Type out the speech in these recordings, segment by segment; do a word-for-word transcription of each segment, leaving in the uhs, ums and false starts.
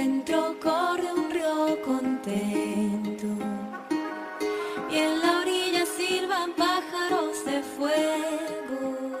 Dentro corre un río contento y en la orilla silban pájaros de fuego.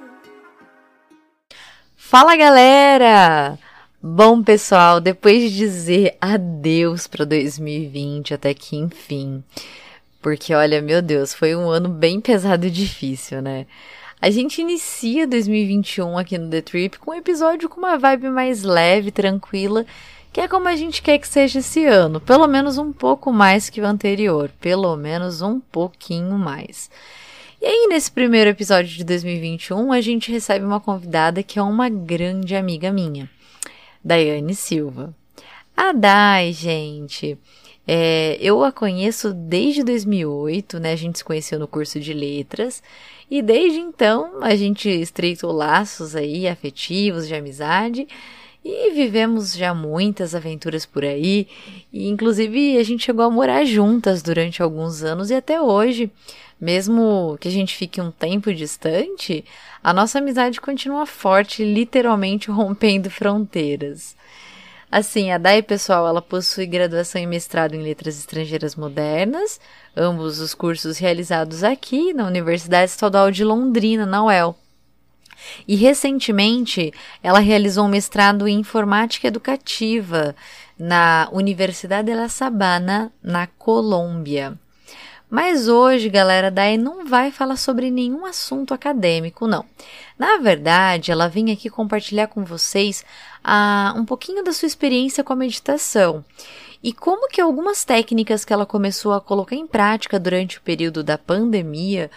Fala, galera! Bom, pessoal, depois de dizer adeus para dois mil e vinte, até que enfim, porque olha, meu Deus, foi um ano bem pesado e difícil, né? A gente inicia dois mil e vinte e um aqui no The Trip com um episódio com uma vibe mais leve, tranquila, que é como a gente quer que seja esse ano, pelo menos um pouco mais que o anterior, pelo menos um pouquinho mais. E aí, nesse primeiro episódio de dois mil e vinte e um, a gente recebe uma convidada que é uma grande amiga minha, Daiane Silva. A Dai, gente, é, eu a conheço desde dois mil e oito, né? A gente se conheceu no curso de letras e desde então a gente estreitou laços aí afetivos, de amizade e vivemos já muitas aventuras por aí. E, inclusive, a gente chegou a morar juntas durante alguns anos e até hoje, mesmo que a gente fique um tempo distante, a nossa amizade continua forte, literalmente rompendo fronteiras. Assim, a Dai, pessoal, ela possui graduação e mestrado em Letras Estrangeiras Modernas, ambos os cursos realizados aqui na Universidade Estadual de Londrina, na U E L. E, recentemente, ela realizou um mestrado em Informática Educativa na Universidade de La Sabana, na Colômbia. Mas hoje, galera, a Dai não vai falar sobre nenhum assunto acadêmico, não. Na verdade, ela vem aqui compartilhar com vocês ah, um pouquinho da sua experiência com a meditação e como que algumas técnicas que ela começou a colocar em prática durante o período da pandemia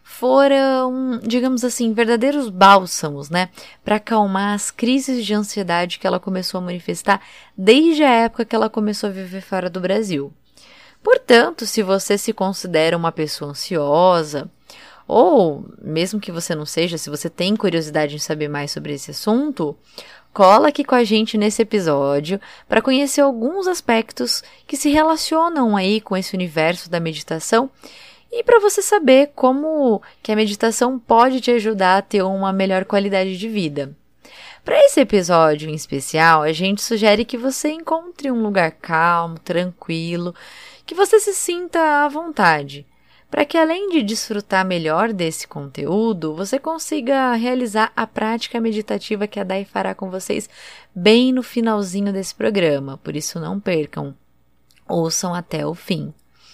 foram, digamos assim, verdadeiros bálsamos, né, para acalmar as crises de ansiedade que ela começou a manifestar desde a época que ela começou a viver fora do Brasil. Portanto, se você se considera uma pessoa ansiosa, ou mesmo que você não seja, se você tem curiosidade em saber mais sobre esse assunto, cola aqui com a gente nesse episódio para conhecer alguns aspectos que se relacionam aí com esse universo da meditação e para você saber como que a meditação pode te ajudar a ter uma melhor qualidade de vida. Para esse episódio em especial, a gente sugere que você encontre um lugar calmo, tranquilo, que você se sinta à vontade, para que além de desfrutar melhor desse conteúdo, você consiga realizar a prática meditativa que a Dai fará com vocês bem no finalzinho desse programa, por isso não percam, ouçam até o fim.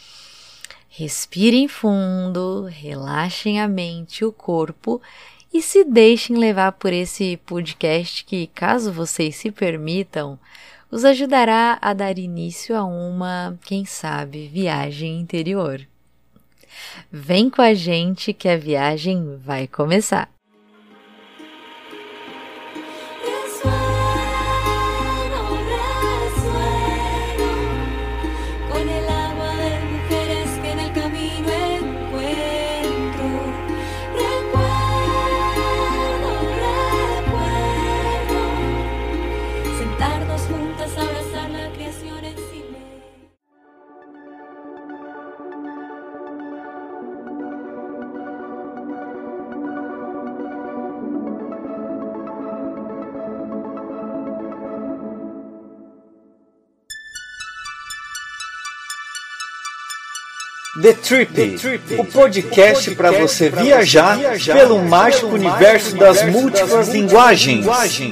Respirem fundo, relaxem a mente e o corpo e se deixem levar por esse podcast que, caso vocês se permitam, os ajudará a dar início a uma, quem sabe, viagem interior. Vem com a gente que a viagem vai começar! The Trip, The Trip, o podcast para você viajar, viajar pelo mágico universo das múltiplas linguagens.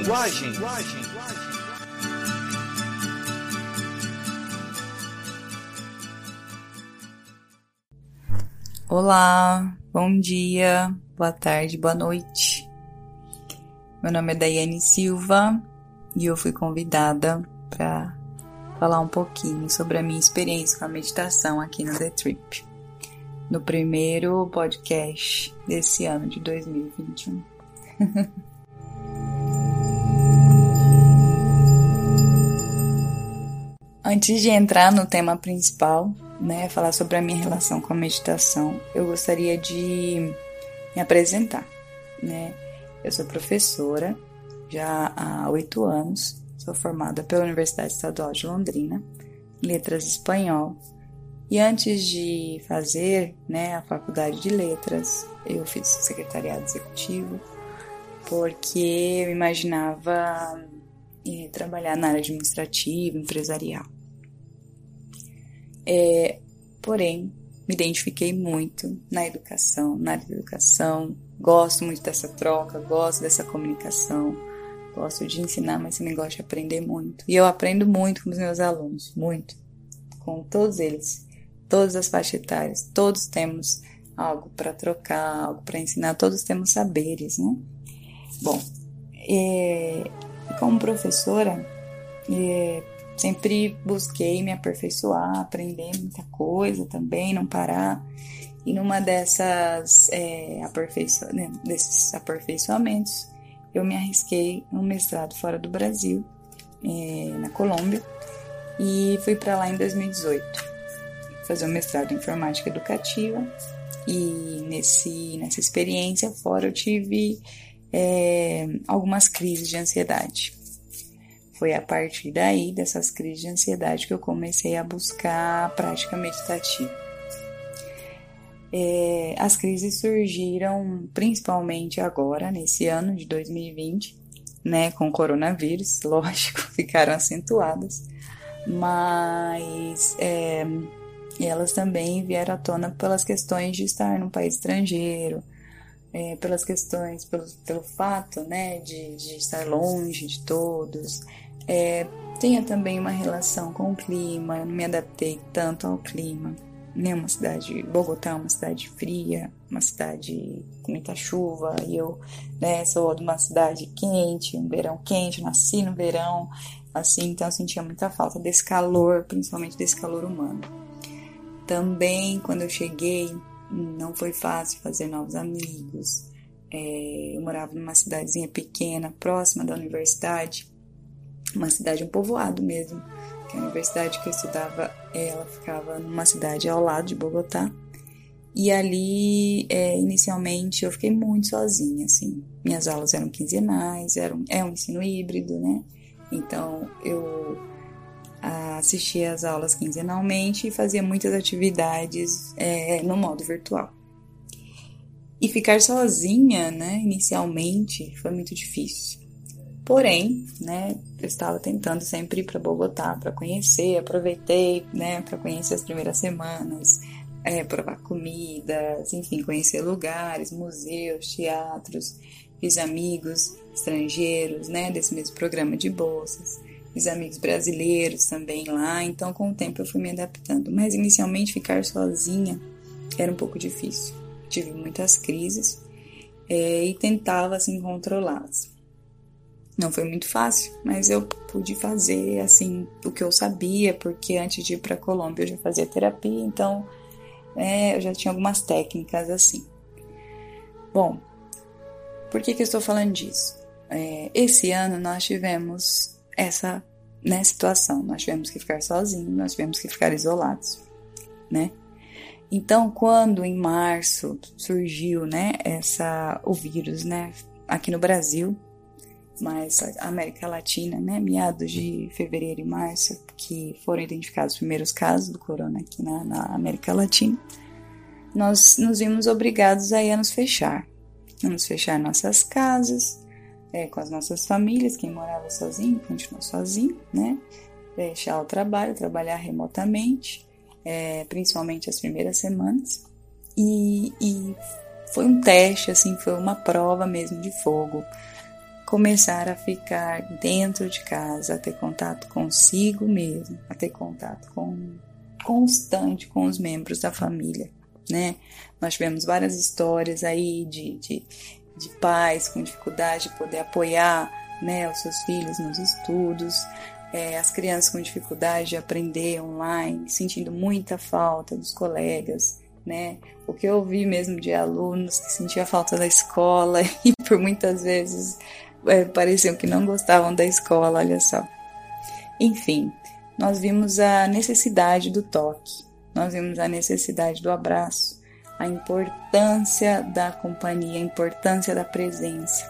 Olá, bom dia, boa tarde, boa noite. Meu nome é Daiane Silva e eu fui convidada para falar um pouquinho sobre a minha experiência com a meditação aqui no The Trip, no primeiro podcast desse ano de dois mil e vinte e um. Antes de entrar no tema principal, né, falar sobre a minha relação com a meditação, eu gostaria de me apresentar, né? Eu sou professora já há oito anos. Sou formada pela Universidade Estadual de Londrina, em Letras Espanhol. E antes de fazer, né, a faculdade de Letras, eu fiz secretariado executivo, porque eu imaginava é, trabalhar na área administrativa, empresarial. É, porém, me identifiquei muito na educação, na área da educação, gosto muito dessa troca, gosto dessa comunicação, gosto de ensinar, mas também gosto de aprender muito. E eu aprendo muito com os meus alunos, muito, com todos eles, todas as faixas etárias, todos temos algo para trocar, algo para ensinar, todos temos saberes, né? Bom, é, como professora, é, sempre busquei me aperfeiçoar, aprender muita coisa também, não parar. E numa dessas é, aperfeiço... né, desses aperfeiçoamentos, eu me arrisquei um mestrado fora do Brasil, é, na Colômbia, e fui para lá em dois mil e dezoito, fazer um mestrado em informática educativa. E nesse, nessa experiência fora eu tive é, algumas crises de ansiedade. Foi a partir daí, dessas crises de ansiedade, que eu comecei a buscar a prática meditativa. É, as crises surgiram principalmente agora, nesse ano de dois mil e vinte, né, com o coronavírus, lógico, ficaram acentuadas, mas é, elas também vieram à tona pelas questões de estar num país estrangeiro, é, pelas questões, pelo, pelo fato, né, de, de estar longe de todos. É, tinha também uma relação com o clima, eu não me adaptei tanto ao clima. Né, uma cidade, Bogotá é uma cidade fria, uma cidade com muita chuva, e eu, né, sou de uma cidade quente, um verão quente, nasci no verão, assim, então eu sentia muita falta desse calor, principalmente desse calor humano. Também, quando eu cheguei, não foi fácil fazer novos amigos. É, eu morava numa cidadezinha pequena, próxima da universidade, uma cidade, um povoado mesmo. A universidade que eu estudava, ela ficava numa cidade ao lado de Bogotá, e ali, é, inicialmente, eu fiquei muito sozinha, assim, minhas aulas eram quinzenais, era um, é um ensino híbrido, né, então eu assistia às aulas quinzenalmente e fazia muitas atividades é, no modo virtual. E ficar sozinha, né, inicialmente, foi muito difícil. Porém, né, eu estava tentando sempre ir para Bogotá para conhecer, aproveitei, né, para conhecer as primeiras semanas, é, provar comidas, enfim, conhecer lugares, museus, teatros, fiz amigos estrangeiros, né, desse mesmo programa de bolsas, fiz amigos brasileiros também lá, então com o tempo eu fui me adaptando, mas inicialmente ficar sozinha era um pouco difícil, tive muitas crises é, e tentava assim controlá-las. Não foi muito fácil, mas eu pude fazer, assim, o que eu sabia, porque antes de ir para a Colômbia eu já fazia terapia, então é, eu já tinha algumas técnicas assim. Bom, por que que eu estou falando disso? É, esse ano nós tivemos essa, né, situação, nós tivemos que ficar sozinhos, nós tivemos que ficar isolados, né? Então, quando em março surgiu, né, essa, o vírus, né, aqui no Brasil, mas a América Latina, né, meados de fevereiro e março, que foram identificados os primeiros casos do corona aqui na, na América Latina, nós nos vimos obrigados aí a nos fechar, a nos fechar nossas casas, é, com as nossas famílias, quem morava sozinho, continuou sozinho, né, deixar o trabalho, trabalhar remotamente, é, principalmente as primeiras semanas, e, e foi um teste, assim, foi uma prova mesmo de fogo, começar a ficar dentro de casa, a ter contato consigo mesmo, a ter contato com, constante com os membros da família, né? Nós tivemos várias histórias aí de, de, de pais com dificuldade de poder apoiar, né, os seus filhos nos estudos, é, as crianças com dificuldade de aprender online, sentindo muita falta dos colegas, né? O que eu ouvi mesmo de alunos que sentiam falta da escola e por muitas vezes É, pareciam que não gostavam da escola, olha só. Enfim, nós vimos a necessidade do toque, nós vimos a necessidade do abraço, a importância da companhia, a importância da presença.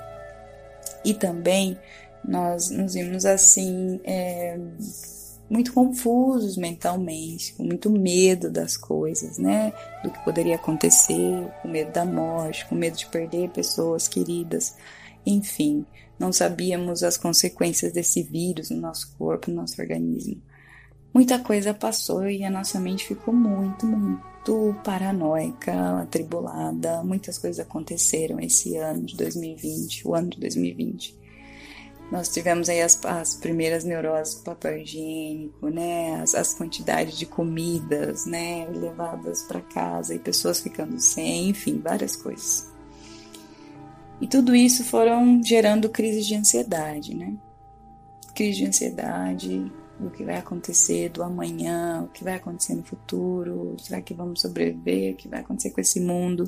E também nós nos vimos assim, é, muito confusos mentalmente, com muito medo das coisas, né? Do que poderia acontecer, com medo da morte, com medo de perder pessoas queridas. enfim, não sabíamos as consequências desse vírus no nosso corpo, no nosso organismo. Muita coisa passou e a nossa mente ficou muito, muito paranoica, atribulada. Muitas coisas aconteceram esse ano de dois mil e vinte, o ano de dois mil e vinte. Nós tivemos aí as, as primeiras neuroses com papel higiênico, né? As, as quantidades de comidas, né? Levadas para casa e pessoas ficando sem, enfim, várias coisas. E tudo isso foram gerando crises de ansiedade, né? Crise de ansiedade do que vai acontecer, do amanhã, o que vai acontecer no futuro, será que vamos sobreviver, o que vai acontecer com esse mundo?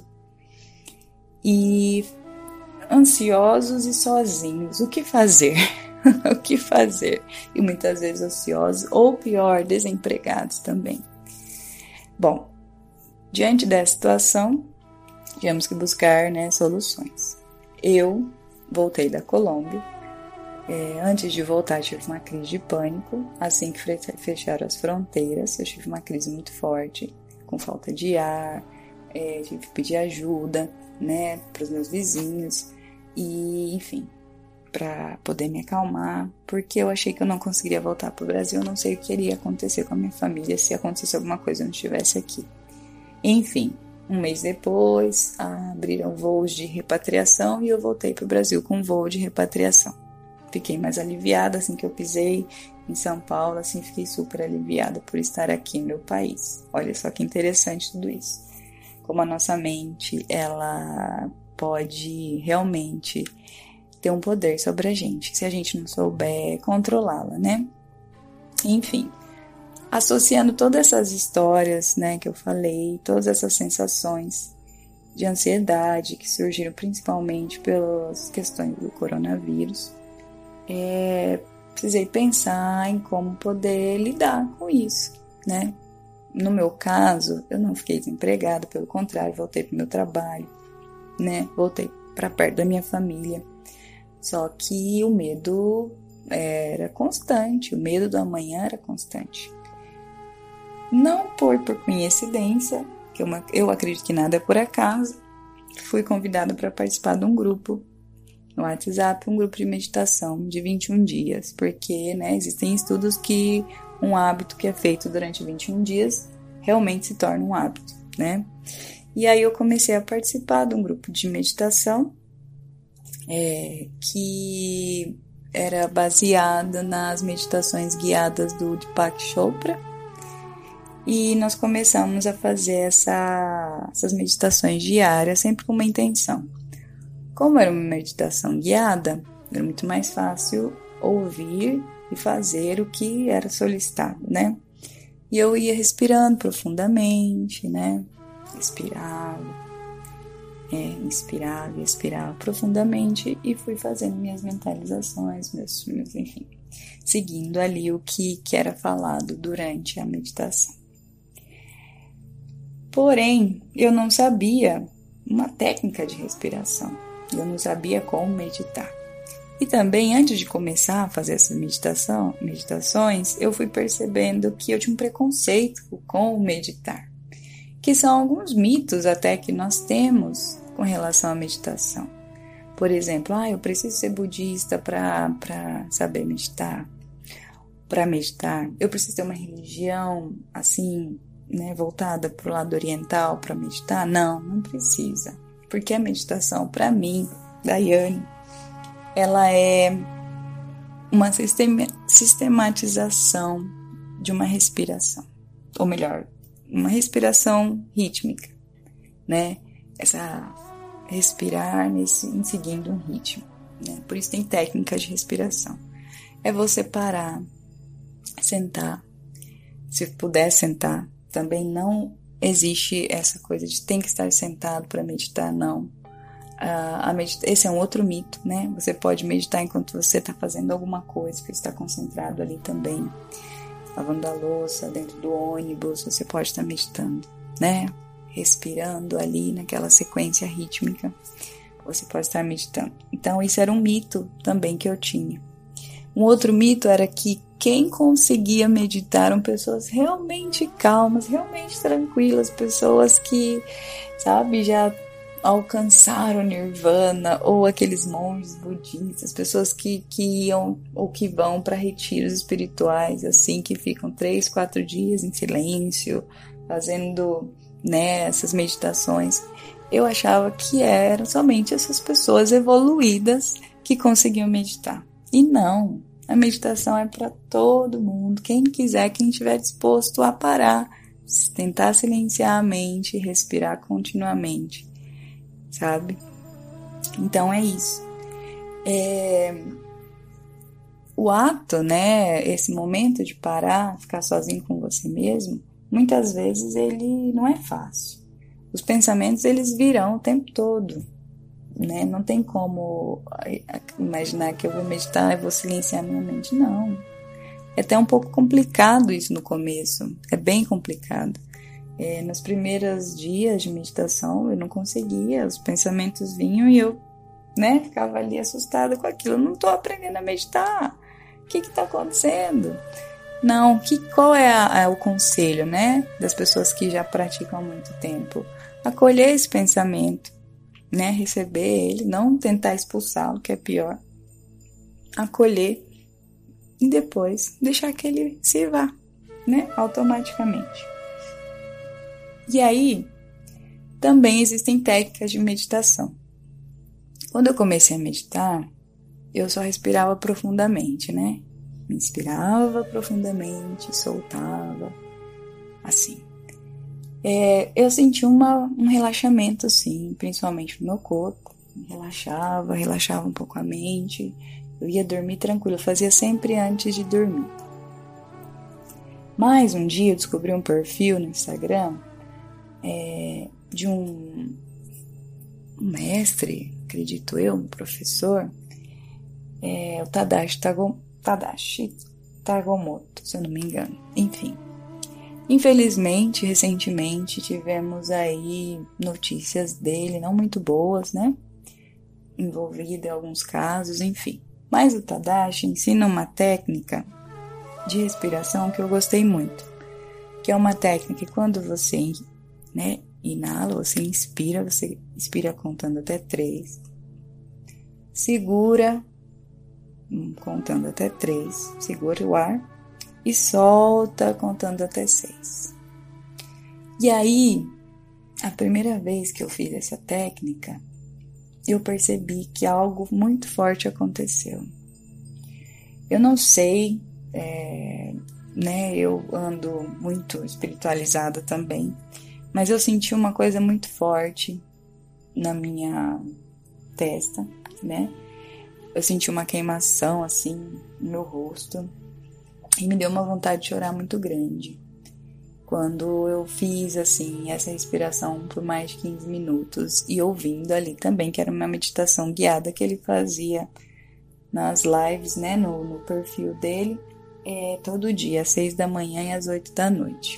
E ansiosos e sozinhos, o que fazer? O que fazer? E muitas vezes ociosos, ou pior, desempregados também. Bom, diante dessa situação, tivemos que buscar, né, soluções. Eu voltei da Colômbia. É, antes de voltar, tive uma crise de pânico. Assim que fecharam as fronteiras, eu tive uma crise muito forte, com falta de ar, é, tive que pedir ajuda, né, para os meus vizinhos, e enfim, para poder me acalmar, porque eu achei que eu não conseguiria voltar para o Brasil. Eu não sei o que iria acontecer com a minha família se acontecesse alguma coisa e eu não estivesse aqui. Enfim, um mês depois, abriram voos de repatriação e eu voltei para o Brasil com um voo de repatriação. Fiquei mais aliviada assim que eu pisei em São Paulo, assim, fiquei super aliviada por estar aqui no meu país. Olha só que interessante tudo isso. Como a nossa mente, ela pode realmente ter um poder sobre a gente, se a gente não souber controlá-la, né? Enfim, associando todas essas histórias, né, que eu falei, todas essas sensações de ansiedade que surgiram principalmente pelas questões do coronavírus, é, precisei pensar em como poder lidar com isso, né? No meu caso, eu não fiquei desempregada, pelo contrário, voltei para o meu trabalho, né? Voltei para perto da minha família. Só que o medo era constante, o medo do amanhã era constante. Não por, por coincidência, que eu, eu acredito que nada é por acaso, fui convidada para participar de um grupo no WhatsApp, um grupo de meditação de vinte e um dias, porque, né, existem estudos que um hábito que é feito durante vinte e um dias realmente se torna um hábito, né? E aí eu comecei a participar de um grupo de meditação é, que era baseada nas meditações guiadas do Deepak Chopra, e nós começamos a fazer essa, essas meditações diárias sempre com uma intenção. Como era uma meditação guiada, era muito mais fácil ouvir e fazer o que era solicitado, né? E eu ia respirando profundamente, né? Respirava, é, inspirava e expirava profundamente e fui fazendo minhas mentalizações, meus, meus, enfim, seguindo ali o que, que era falado durante a meditação. Porém, eu não sabia uma técnica de respiração, eu não sabia como meditar. E também, antes de começar a fazer essa meditação, meditações, eu fui percebendo que eu tinha um preconceito com o meditar, que são alguns mitos até que nós temos com relação à meditação. Por exemplo, ah, eu preciso ser budista para para saber meditar. Para meditar, eu preciso ter uma religião assim, né, voltada para o lado oriental para meditar? Não, não precisa. Porque a meditação, para mim, Daiane, ela é uma sistematização de uma respiração. Ou melhor, uma respiração rítmica, né? Essa respirar nesse, em seguindo um ritmo, né? Por isso tem técnicas de respiração. É você parar, sentar. Se puder sentar, também não existe essa coisa de tem que estar sentado para meditar, não. A medita- esse é um outro mito, né? Você pode meditar enquanto você está fazendo alguma coisa, porque você está concentrado ali também, lavando a louça, dentro do ônibus, você pode estar meditando, né? Respirando ali naquela sequência rítmica, você pode estar meditando. Então, isso era um mito também que eu tinha. Um outro mito era que quem conseguia meditar eram pessoas realmente calmas, realmente tranquilas, pessoas que, sabe, já alcançaram o nirvana, ou aqueles monges budistas, pessoas que, que iam ou que vão para retiros espirituais, assim, que ficam três, quatro dias em silêncio, fazendo, né, essas meditações. Eu achava que eram somente essas pessoas evoluídas que conseguiam meditar. E não, a meditação é para todo mundo, quem quiser, quem estiver disposto a parar, tentar silenciar a mente e respirar continuamente, sabe? Então é isso. É... O ato, né, esse momento de parar, ficar sozinho com você mesmo, muitas vezes ele não é fácil. Os pensamentos, eles virão o tempo todo, né? Não tem como imaginar que eu vou meditar e vou silenciar minha mente, não. É até um pouco complicado isso no começo, é bem complicado. É, nos primeiros dias de meditação eu não conseguia, os pensamentos vinham e eu, né, ficava ali assustada com aquilo. Eu não estou aprendendo a meditar, o que está acontecendo? Não, que, qual é a, a, o conselho, né, das pessoas que já praticam há muito tempo? Acolher esse pensamento, né, receber ele, não tentar expulsá-lo, que é pior. Acolher e depois deixar que ele se vá, né, automaticamente. E aí, também existem técnicas de meditação. Quando eu comecei a meditar, eu só respirava profundamente, né? Inspirava profundamente, soltava, assim. É, eu senti uma, um relaxamento, assim, principalmente no meu corpo. Relaxava, relaxava um pouco a mente. Eu ia dormir tranquilo, eu fazia sempre antes de dormir. Mas um dia eu descobri um perfil no Instagram é, de um, um mestre, acredito eu, um professor, é, o Tadashi, Tago, Tadashi Tagomoto, se eu não me engano. Enfim, infelizmente, recentemente tivemos aí notícias dele não muito boas, né? Envolvido em alguns casos, enfim. Mas o Tadashi ensina uma técnica de respiração que eu gostei muito, que é uma técnica que quando você, né, inala, você inspira, você inspira contando até três, segura contando até três, segura o ar e solta contando até seis. E aí, a primeira vez que eu fiz essa técnica, eu percebi que algo muito forte aconteceu. Eu não sei, é, né, eu ando muito espiritualizada também, mas eu senti uma coisa muito forte na minha testa, né? Eu senti uma queimação assim no meu rosto e me deu uma vontade de chorar muito grande. Quando eu fiz assim essa respiração por mais de quinze minutos e ouvindo ali também, que era uma meditação guiada que ele fazia nas lives, né, no, no perfil dele, é, todo dia, às seis da manhã e às oito da noite.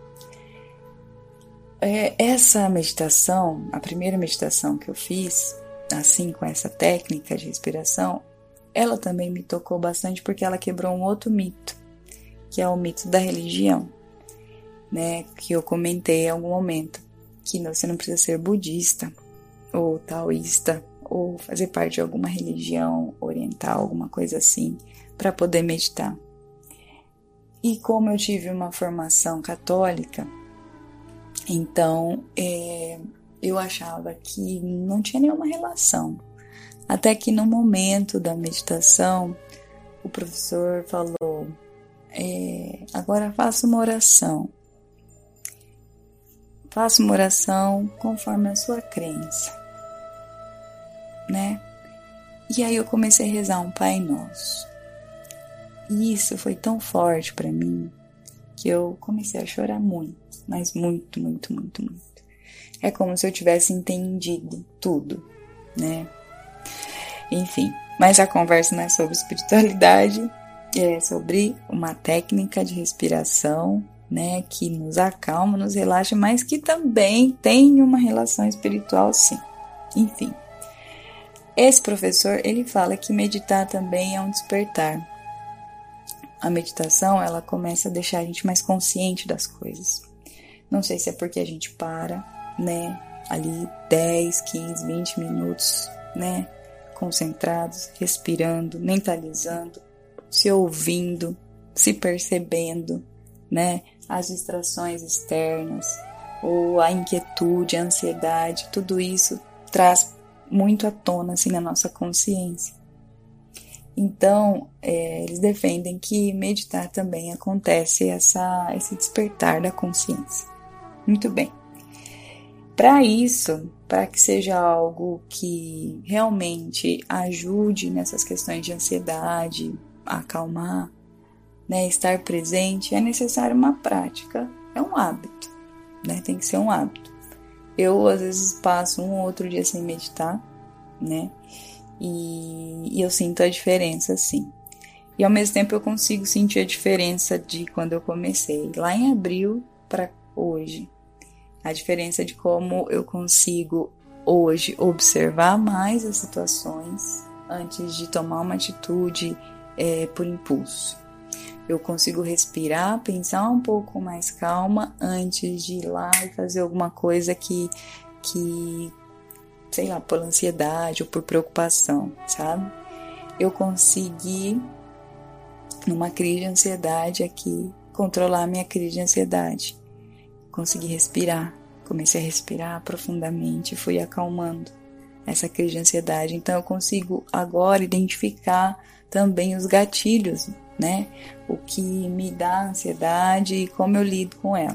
É, essa meditação, a primeira meditação que eu fiz, assim, com essa técnica de respiração, ela também me tocou bastante porque ela quebrou um outro mito, que é o mito da religião, né, que eu comentei em algum momento, que você não precisa ser budista ou taoísta ou fazer parte de alguma religião oriental, alguma coisa assim, para poder meditar. E como eu tive uma formação católica, então é, eu achava que não tinha nenhuma relação. Até que no momento da meditação, o professor falou, é, agora faça uma oração. Faça uma oração conforme a sua crença, né? E aí eu comecei a rezar um Pai Nosso. E isso foi tão forte para mim que eu comecei a chorar muito, mas muito, muito, muito, muito. É como se eu tivesse entendido tudo, né? Enfim, mas a conversa não é sobre espiritualidade, é sobre uma técnica de respiração, né, que nos acalma, nos relaxa, mas que também tem uma relação espiritual, sim. Enfim, esse professor, ele fala que meditar também é um despertar. A meditação, ela começa a deixar a gente mais consciente das coisas. Não sei se é porque a gente para, né, ali dez, quinze, vinte minutos, né? Concentrados, respirando, mentalizando, se ouvindo, se percebendo, né? As distrações externas, ou a inquietude, a ansiedade, tudo isso traz muito à tona assim, na nossa consciência. Então, é, eles defendem que meditar também acontece essa, esse despertar da consciência. Muito bem. Para isso, para que seja algo que realmente ajude nessas questões de ansiedade, a acalmar, né, estar presente, é necessário uma prática, é um hábito, né, tem que ser um hábito. Eu, às vezes, passo um ou outro dia sem meditar, né, e, e eu sinto a diferença, sim. E, ao mesmo tempo, eu consigo sentir a diferença de quando eu comecei, lá em abril para hoje. A diferença de como eu consigo hoje observar mais as situações antes de tomar uma atitude é, por impulso. Eu consigo respirar, pensar um pouco mais calma antes de ir lá e fazer alguma coisa que, que sei lá, por ansiedade ou por preocupação, sabe? Eu consegui, numa crise de ansiedade aqui, controlar a minha crise de ansiedade. Consegui respirar, comecei a respirar profundamente, fui acalmando essa crise de ansiedade. Então eu consigo agora identificar também os gatilhos, né? O que me dá ansiedade e como eu lido com ela.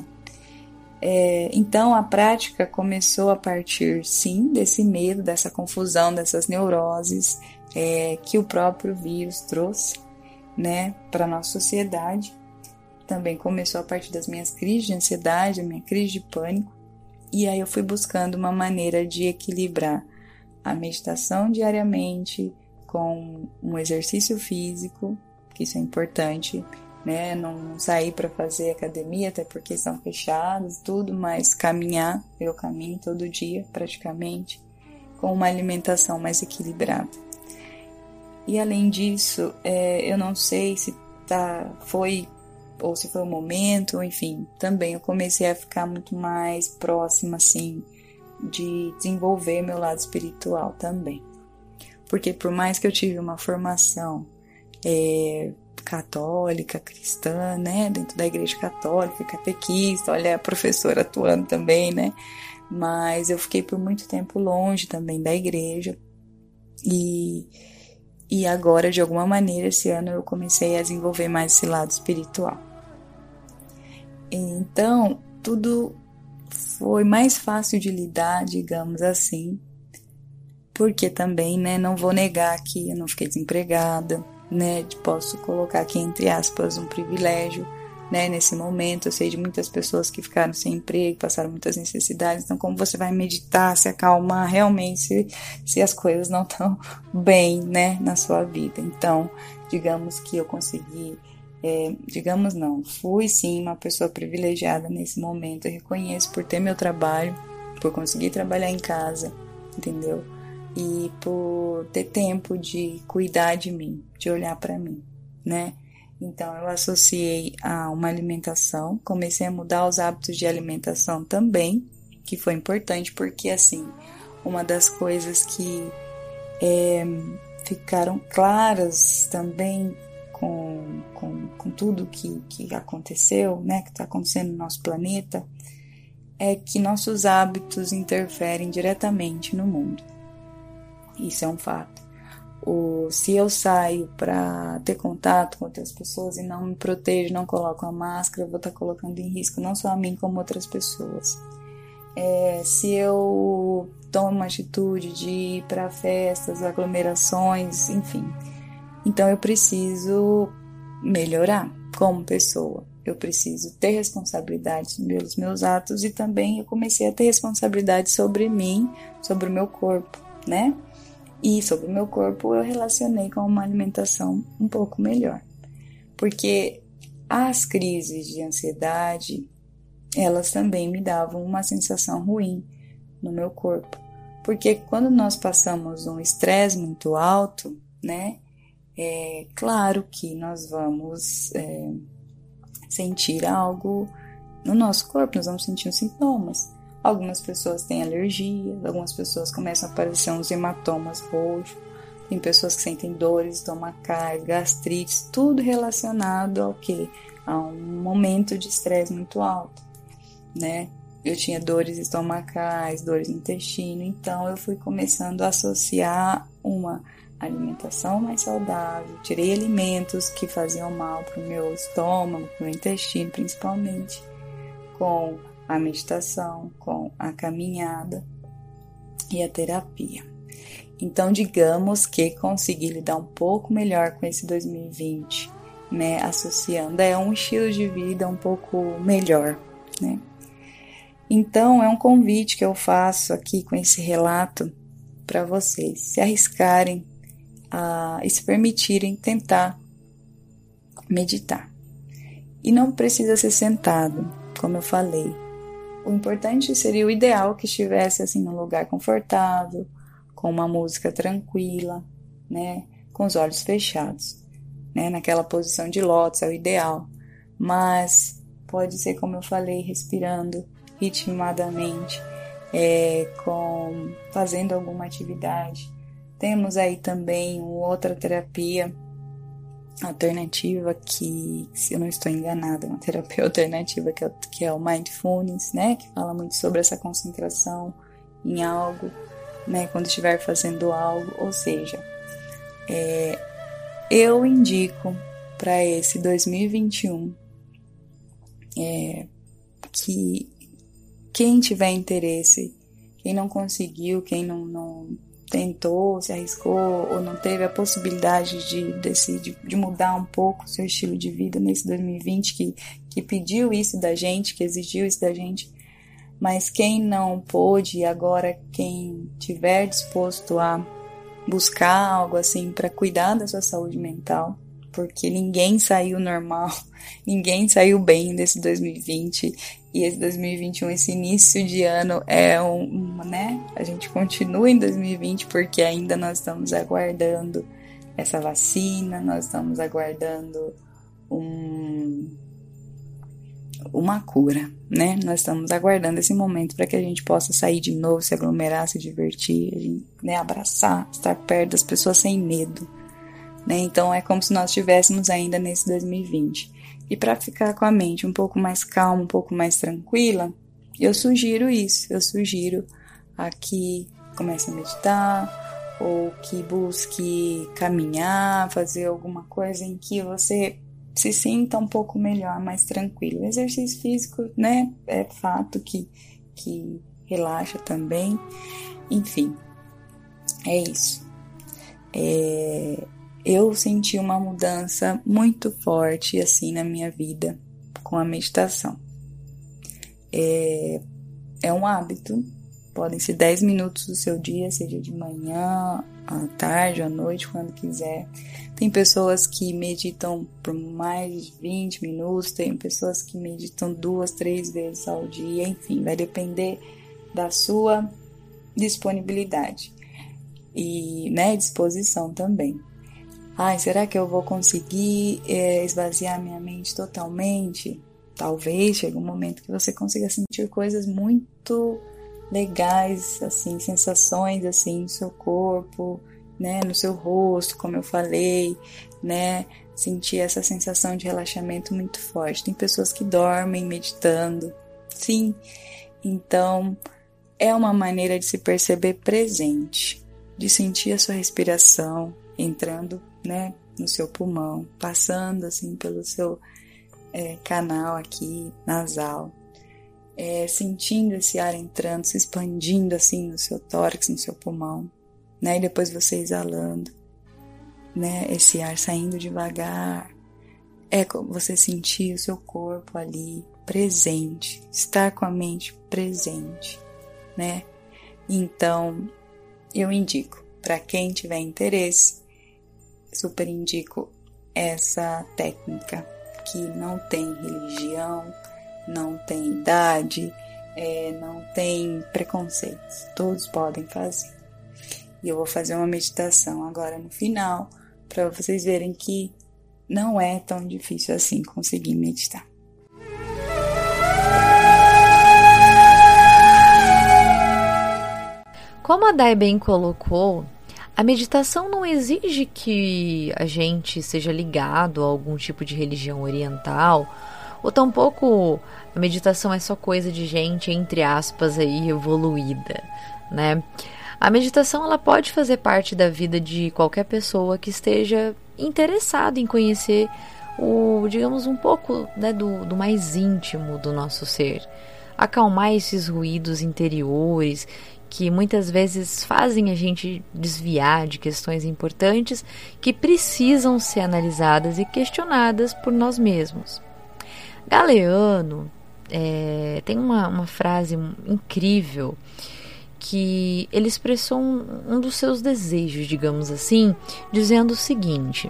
É, então a prática começou a partir, sim, desse medo, dessa confusão, dessas neuroses é, que o próprio vírus trouxe, né, para a nossa sociedade. Também começou a partir das minhas crises de ansiedade, a minha crise de pânico. E aí eu fui buscando uma maneira de equilibrar a meditação diariamente com um exercício físico, que isso é importante, né? Não sair para fazer academia, até porque são fechados, tudo, mas caminhar, eu caminho todo dia praticamente, com uma alimentação mais equilibrada. E além disso, é, eu não sei se tá, foi... ou se foi o momento, enfim, também eu comecei a ficar muito mais próxima, assim, de desenvolver meu lado espiritual também. Porque por mais que eu tive uma formação é, católica, cristã, né, dentro da igreja católica, catequista, olha a professora atuando também, né, mas eu fiquei por muito tempo longe também da igreja, e... E agora, de alguma maneira, esse ano eu comecei a desenvolver mais esse lado espiritual. Então, tudo foi mais fácil de lidar, digamos assim, porque também, né, não vou negar que eu não fiquei desempregada, né, posso colocar aqui entre aspas um privilégio, né, nesse momento. Eu sei de muitas pessoas que ficaram sem emprego, passaram muitas necessidades. Então, como você vai meditar, se acalmar realmente se, se as coisas não estão bem, né, na sua vida? Então, digamos que eu consegui, é, digamos não, fui sim uma pessoa privilegiada nesse momento. Eu reconheço por ter meu trabalho, por conseguir trabalhar em casa, entendeu? E por ter tempo de cuidar de mim, de olhar para mim, né? Então, eu associei a uma alimentação, comecei a mudar os hábitos de alimentação também, que foi importante, porque, assim, uma das coisas que é, ficaram claras também com, com, com tudo que, que aconteceu, né, que está acontecendo no nosso planeta, é que nossos hábitos interferem diretamente no mundo. Isso é um fato. Ou se eu saio para ter contato com outras pessoas e não me protejo, não coloco a máscara, eu vou estar colocando em risco não só a mim, como outras pessoas. É, se eu tomo uma atitude de ir para festas, aglomerações, enfim. Então eu preciso melhorar como pessoa. Eu preciso ter responsabilidade pelos meus atos e também eu comecei a ter responsabilidade sobre mim, sobre o meu corpo, né? E sobre o meu corpo eu relacionei com uma alimentação um pouco melhor. Porque as crises de ansiedade, elas também me davam uma sensação ruim no meu corpo. Porque quando nós passamos um estresse muito alto, né, é claro que nós vamos é, sentir algo no nosso corpo, nós vamos sentir os sintomas. Algumas pessoas têm alergias, algumas pessoas começam a aparecer uns hematomas roxos, tem pessoas que sentem dores estomacais, gastrites, tudo relacionado ao quê? A um momento de estresse muito alto, né? Eu tinha dores estomacais, dores no intestino, então eu fui começando a associar uma alimentação mais saudável, tirei alimentos que faziam mal para o meu estômago, para o meu intestino principalmente, com a meditação, com a caminhada e a terapia. Então, digamos que consegui lidar um pouco melhor com esse dois mil e vinte, né, associando, é um estilo de vida um pouco melhor, né. Então, é um convite que eu faço aqui com esse relato para vocês se arriscarem a, e se permitirem tentar meditar. E não precisa ser sentado, como eu falei. O importante seria o ideal que estivesse assim num lugar confortável, com uma música tranquila, né, com os olhos fechados, né, naquela posição de lótus é o ideal, mas pode ser, como eu falei, respirando ritmadamente, é, com, fazendo alguma atividade. Temos aí também uma outra terapia alternativa que, se eu não estou enganada, uma terapia alternativa que é, que é o Mindfulness, né, que fala muito sobre essa concentração em algo, né, quando estiver fazendo algo, ou seja, é, eu indico para esse dois mil e vinte e um é, que quem tiver interesse, quem não conseguiu, quem não, não tentou, se arriscou ou não teve a possibilidade de, de, de mudar um pouco o seu estilo de vida nesse dois mil e vinte, que, que pediu isso da gente, que exigiu isso da gente, mas quem não pôde, agora quem tiver disposto a buscar algo assim para cuidar da sua saúde mental, porque ninguém saiu normal, ninguém saiu bem desse dois mil e vinte, e esse dois mil e vinte e um, esse início de ano é um, um, né, a gente continua em dois mil e vinte porque ainda nós estamos aguardando essa vacina, nós estamos aguardando um, uma cura, né, nós estamos aguardando esse momento para que a gente possa sair de novo, se aglomerar, se divertir, a gente, né, abraçar, estar perto das pessoas sem medo. Né? Então é como se nós estivéssemos ainda nesse dois mil e vinte. E para ficar com a mente um pouco mais calma, um pouco mais tranquila, eu sugiro isso. Eu sugiro a que comece a meditar, ou que busque caminhar, fazer alguma coisa em que você se sinta um pouco melhor, mais tranquilo. O exercício físico, né, é fato que, que relaxa também. Enfim, é isso. É... Eu senti uma mudança muito forte, assim, na minha vida com a meditação. É, é um hábito, podem ser dez minutos do seu dia, seja de manhã, à tarde, à noite, quando quiser. Tem pessoas que meditam por mais de vinte minutos, tem pessoas que meditam duas, três vezes ao dia, enfim, vai depender da sua disponibilidade e, né, disposição também. Ai, será que eu vou conseguir é, esvaziar minha mente totalmente? Talvez chegue um momento que você consiga sentir coisas muito legais, assim, sensações assim no seu corpo, né, no seu rosto, como eu falei, né, sentir essa sensação de relaxamento muito forte. Tem pessoas que dormem meditando, sim. Então, é uma maneira de se perceber presente, de sentir a sua respiração entrando, né, no seu pulmão, passando assim pelo seu é, canal aqui nasal, é, sentindo esse ar entrando, se expandindo assim no seu tórax, no seu pulmão, né, e depois você exalando, né, esse ar saindo devagar, é você sentir o seu corpo ali presente, estar com a mente presente, né. Então eu indico para quem tiver interesse, super indico essa técnica que não tem religião, não tem idade, é, não tem preconceitos, todos podem fazer. E eu vou fazer uma meditação agora no final para vocês verem que não é tão difícil assim conseguir meditar. Como a Dai bem colocou, a meditação não exige que a gente seja ligado a algum tipo de religião oriental, ou tampouco a meditação é só coisa de gente, entre aspas, aí, evoluída, né? A meditação ela pode fazer parte da vida de qualquer pessoa que esteja interessado em conhecer o, digamos, um pouco, né, do, do mais íntimo do nosso ser. Acalmar esses ruídos interiores que muitas vezes fazem a gente desviar de questões importantes que precisam ser analisadas e questionadas por nós mesmos. Galeano é, tem uma, uma frase incrível que ele expressou um, um dos seus desejos, digamos assim, dizendo o seguinte: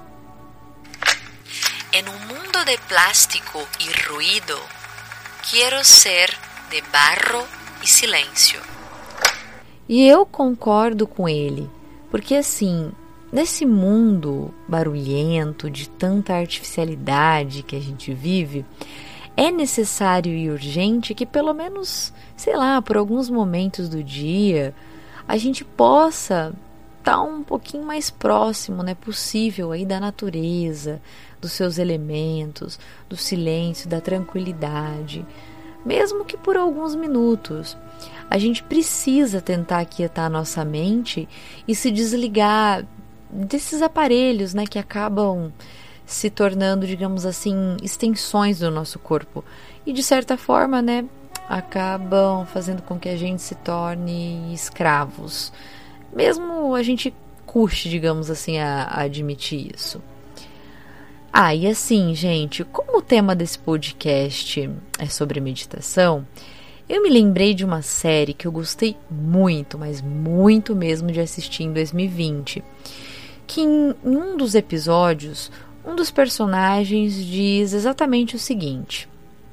En un mundo de plástico y ruido, quiero ser de barro y silencio. E eu concordo com ele, porque assim, nesse mundo barulhento, de tanta artificialidade que a gente vive, é necessário e urgente que pelo menos, sei lá, por alguns momentos do dia, a gente possa estar um pouquinho mais próximo, né, possível aí da natureza, dos seus elementos, do silêncio, da tranquilidade, mesmo que por alguns minutos. A gente precisa tentar aquietar a nossa mente e se desligar desses aparelhos, né, que acabam se tornando, digamos assim, extensões do nosso corpo. E de certa forma, né, acabam fazendo com que a gente se torne escravos. Mesmo a gente custe, digamos assim, a, a admitir isso. Ah, e assim, gente, como o tema desse podcast é sobre meditação, eu me lembrei de uma série que eu gostei muito, mas muito mesmo de assistir em dois mil e vinte, que em, em um dos episódios, um dos personagens diz exatamente o seguinte: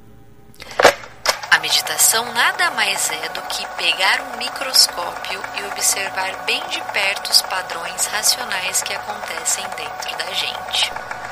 A meditação nada mais é do que pegar um microscópio e observar bem de perto os padrões racionais que acontecem dentro da gente.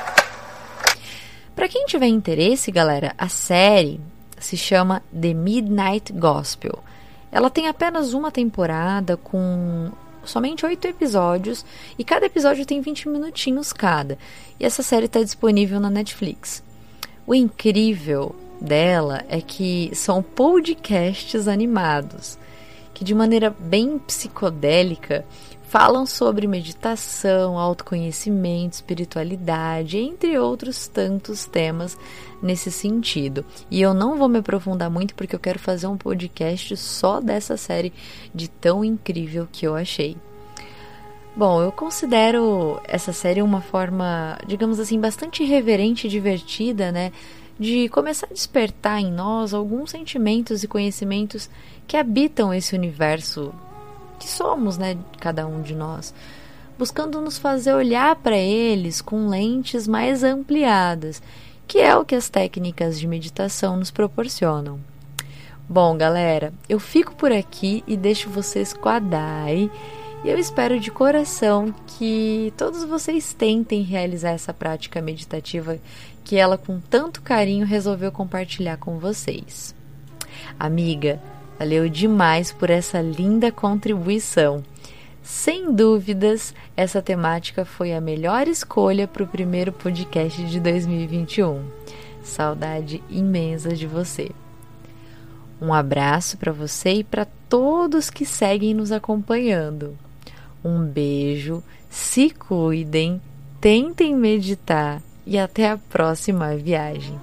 Para quem tiver interesse, galera, a série se chama The Midnight Gospel. Ela tem apenas uma temporada com somente oito episódios e cada episódio tem vinte minutinhos cada. E essa série está disponível na Netflix. O incrível dela é que são podcasts animados que de maneira bem psicodélica falam sobre meditação, autoconhecimento, espiritualidade, entre outros tantos temas nesse sentido. E eu não vou me aprofundar muito porque eu quero fazer um podcast só dessa série de tão incrível que eu achei. Bom, eu considero essa série uma forma, digamos assim, bastante irreverente e divertida, né? De começar a despertar em nós alguns sentimentos e conhecimentos que habitam esse universo que somos, né, cada um de nós, buscando nos fazer olhar para eles com lentes mais ampliadas, que é o que as técnicas de meditação nos proporcionam. Bom, galera, eu fico por aqui e deixo vocês com a Dai, e eu espero de coração que todos vocês tentem realizar essa prática meditativa que ela com tanto carinho resolveu compartilhar com vocês. Amiga, valeu demais por essa linda contribuição. Sem dúvidas, essa temática foi a melhor escolha para o primeiro podcast de dois mil e vinte e um. Saudade imensa de você. Um abraço para você e para todos que seguem nos acompanhando. Um beijo, se cuidem, tentem meditar e até a próxima viagem.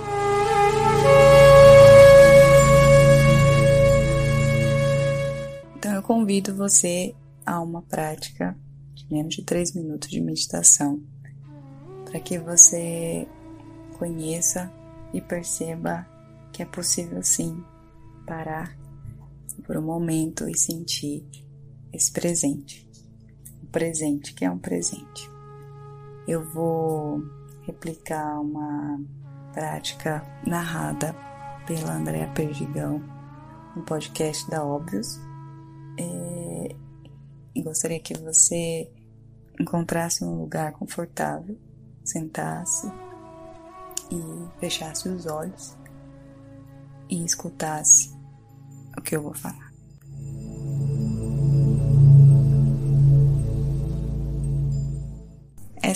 Então eu convido você a uma prática de menos de três minutos de meditação, para que você conheça e perceba que é possível sim parar por um momento e sentir esse presente, o presente que é um presente. Eu vou replicar uma prática narrada pela Andréa Perdigão no podcast da Óbvios. É, e gostaria que você encontrasse um lugar confortável, sentasse e fechasse os olhos e escutasse o que eu vou falar.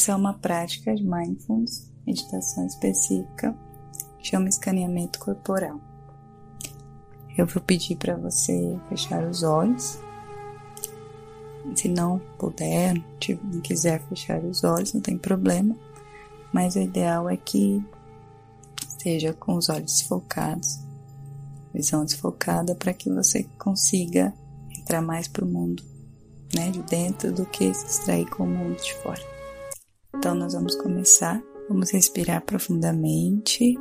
Essa é uma prática de mindfulness, meditação específica, chama escaneamento corporal. Eu vou pedir para você fechar os olhos. Se não puder, não quiser fechar os olhos, não tem problema. Mas o ideal é que esteja com os olhos desfocados, visão desfocada, para que você consiga entrar mais para o mundo, né, de dentro do que se distrair com o mundo de fora. Então nós vamos começar. Vamos respirar profundamente.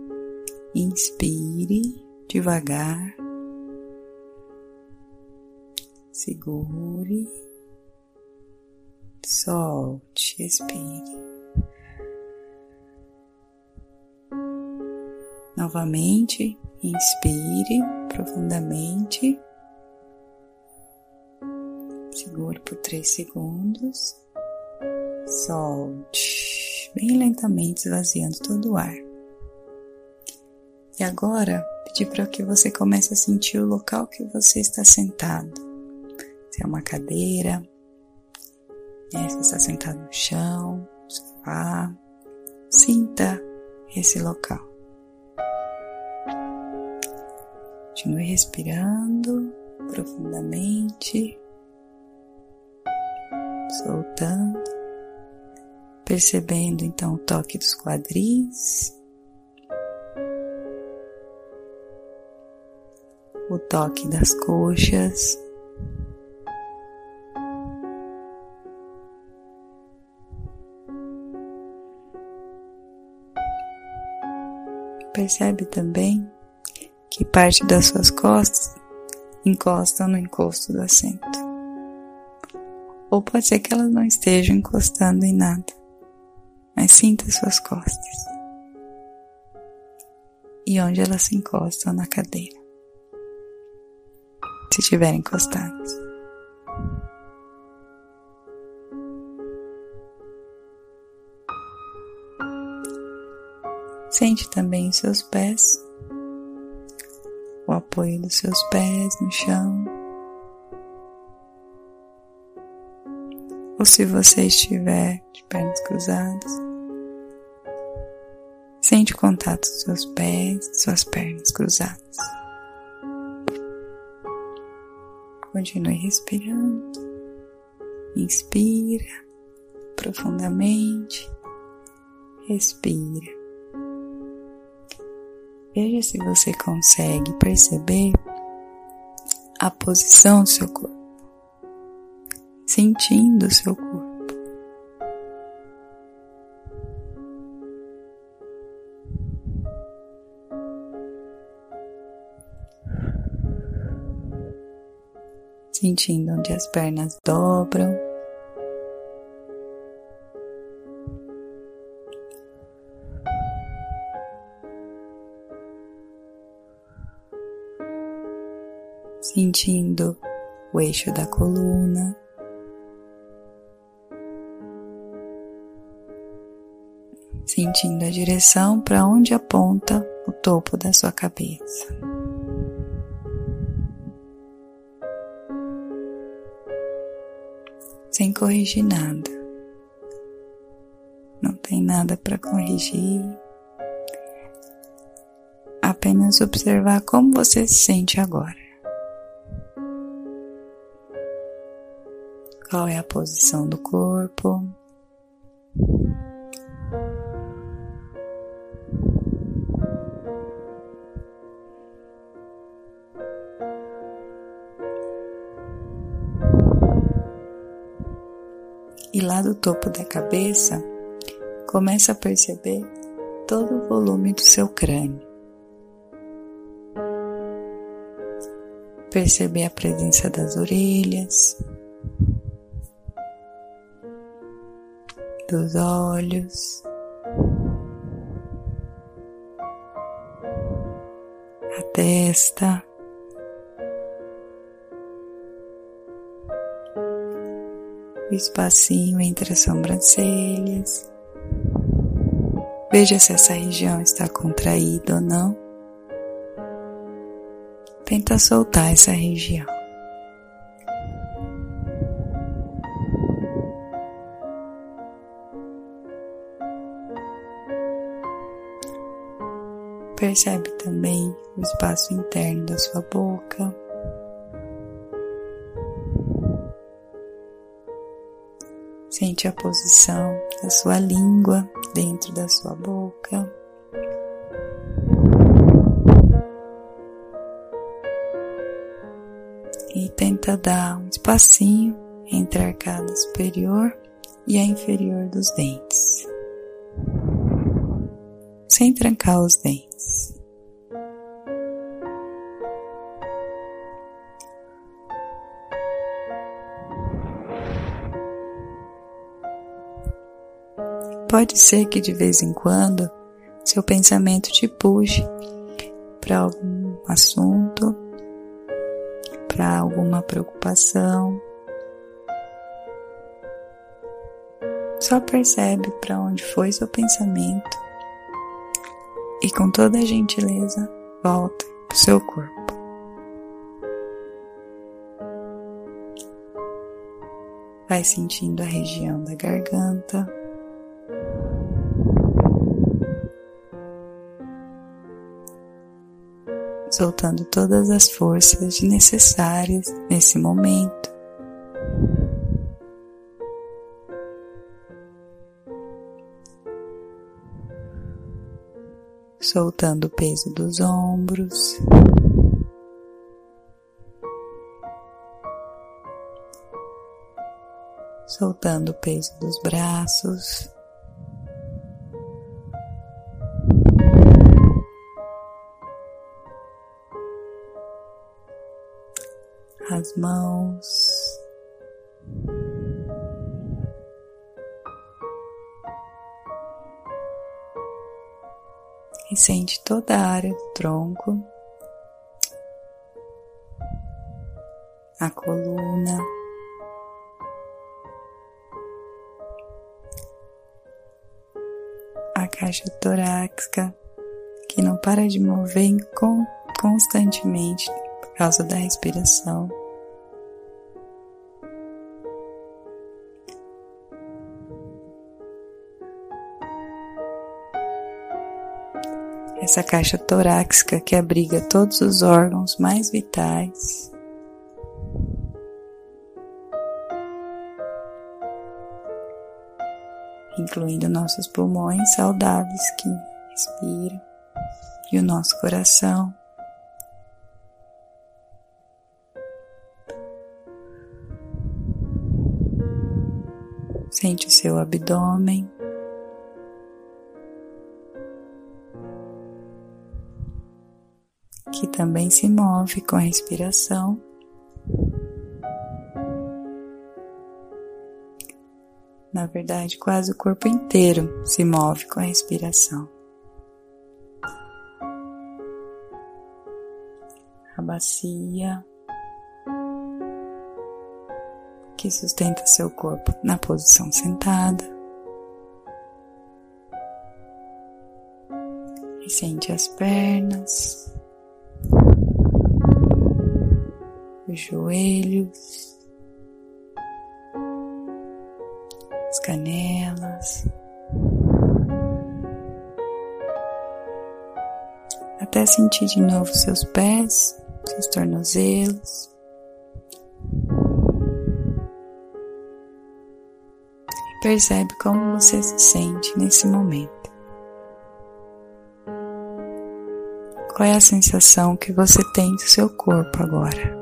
Inspire devagar. Segure. Solte. Expire. Novamente, inspire profundamente. Segure por três segundos. Solte. Bem lentamente, esvaziando todo o ar. E agora, pedir para que você comece a sentir o local que você está sentado. Se é uma cadeira, né? Se você está sentado no chão, no sofá. Sinta esse local. Continue respirando profundamente, soltando, percebendo então o toque dos quadris, o toque das coxas, percebe também que parte das suas costas encosta no encosto do assento. Ou pode ser que elas não estejam encostando em nada, mas sinta suas costas e onde elas se encostam na cadeira, se estiverem encostadas. Sente também os seus pés, o apoio dos seus pés no chão. Ou se você estiver de pernas cruzadas, sente o contato dos seus pés, de suas pernas cruzadas. Continue respirando. Inspira profundamente. Respira. Veja se você consegue perceber a posição do seu corpo, sentindo o seu corpo. Sentindo onde as pernas dobram. Sentindo o eixo da coluna. Sentindo a direção para onde aponta o topo da sua cabeça. Sem corrigir nada. Não tem nada para corrigir. Apenas observar como você se sente agora. Qual é a posição do corpo? E lá do topo da cabeça, começa a perceber todo o volume do seu crânio. Perceber a presença das orelhas, dos olhos, a testa, o espacinho entre as sobrancelhas. Veja se essa região está contraída ou não. Tenta soltar essa região. Percebe também o espaço interno da sua boca. Sente a posição da sua língua dentro da sua boca. E tenta dar um espacinho entre a arcada superior e a inferior dos dentes, sem trancar os dentes. Pode ser que de vez em quando seu pensamento te puxe para algum assunto, para alguma preocupação. Só percebe para onde foi seu pensamento e com toda a gentileza volta para o seu corpo. Vai sentindo a região da garganta. Soltando todas as forças necessárias nesse momento. Soltando o peso dos ombros. Soltando o peso dos braços. As mãos, e sente toda a área do tronco, a coluna, a caixa torácica, que não para de mover constantemente por causa da respiração. Essa caixa torácica que abriga todos os órgãos mais vitais. Incluindo nossos pulmões saudáveis que respiram e o nosso coração. Sente o seu abdômen. Que também se move com a respiração. Na verdade, quase o corpo inteiro se move com a respiração. A bacia, que sustenta seu corpo na posição sentada. E sente as pernas. Os joelhos, as canelas, até sentir de novo seus pés, seus tornozelos. E percebe como você se sente nesse momento. Qual é a sensação que você tem do seu corpo agora?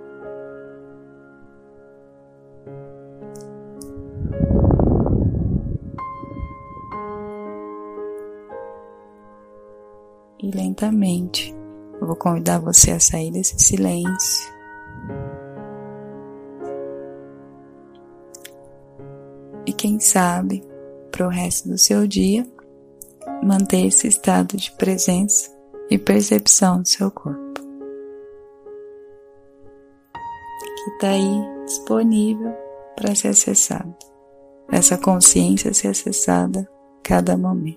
E lentamente, eu vou convidar você a sair desse silêncio. E quem sabe, para o resto do seu dia, manter esse estado de presença e percepção do seu corpo, que está aí disponível para ser acessado, essa consciência ser acessada a cada momento.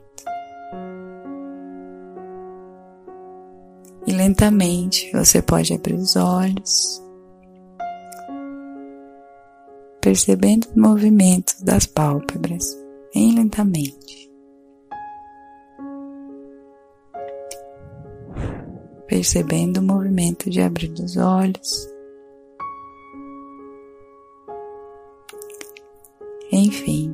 E lentamente você pode abrir os olhos, percebendo o movimento das pálpebras, bem lentamente. percebendo o movimento de abrir os olhos. Enfim,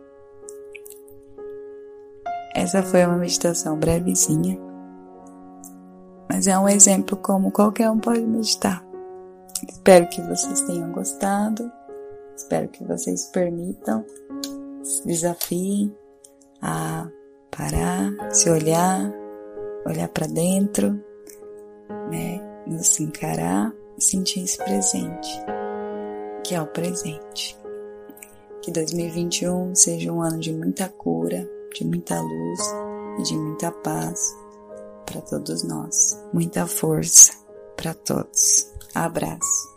essa foi uma meditação brevezinha, mas é um exemplo como qualquer um pode meditar. Espero que vocês tenham gostado, espero que vocês permitam, se desafiem a parar, se olhar, olhar para dentro, né, nos encarar e sentir esse presente, que é o presente. Que dois mil e vinte e um seja um ano de muita cura, de muita luz e de muita paz para todos nós. Muita força para todos. Abraço.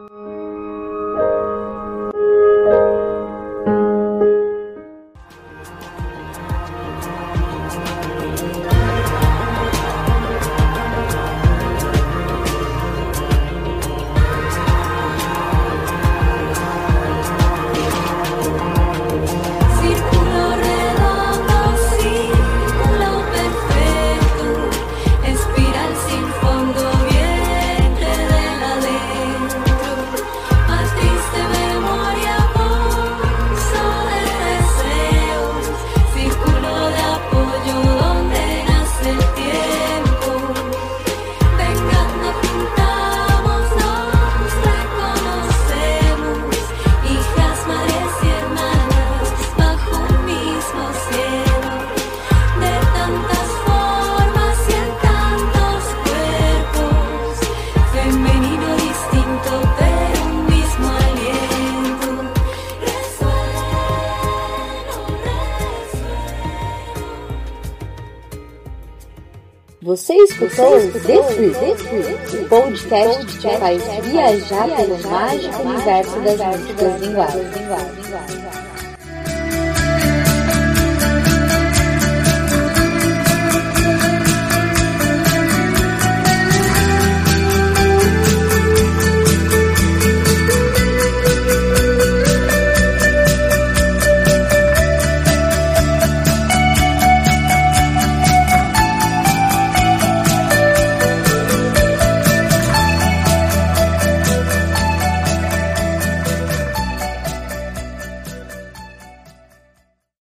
Você escutou o The Trip, o podcast que te faz viajar pelo mágico universo das múltiplas linguagens.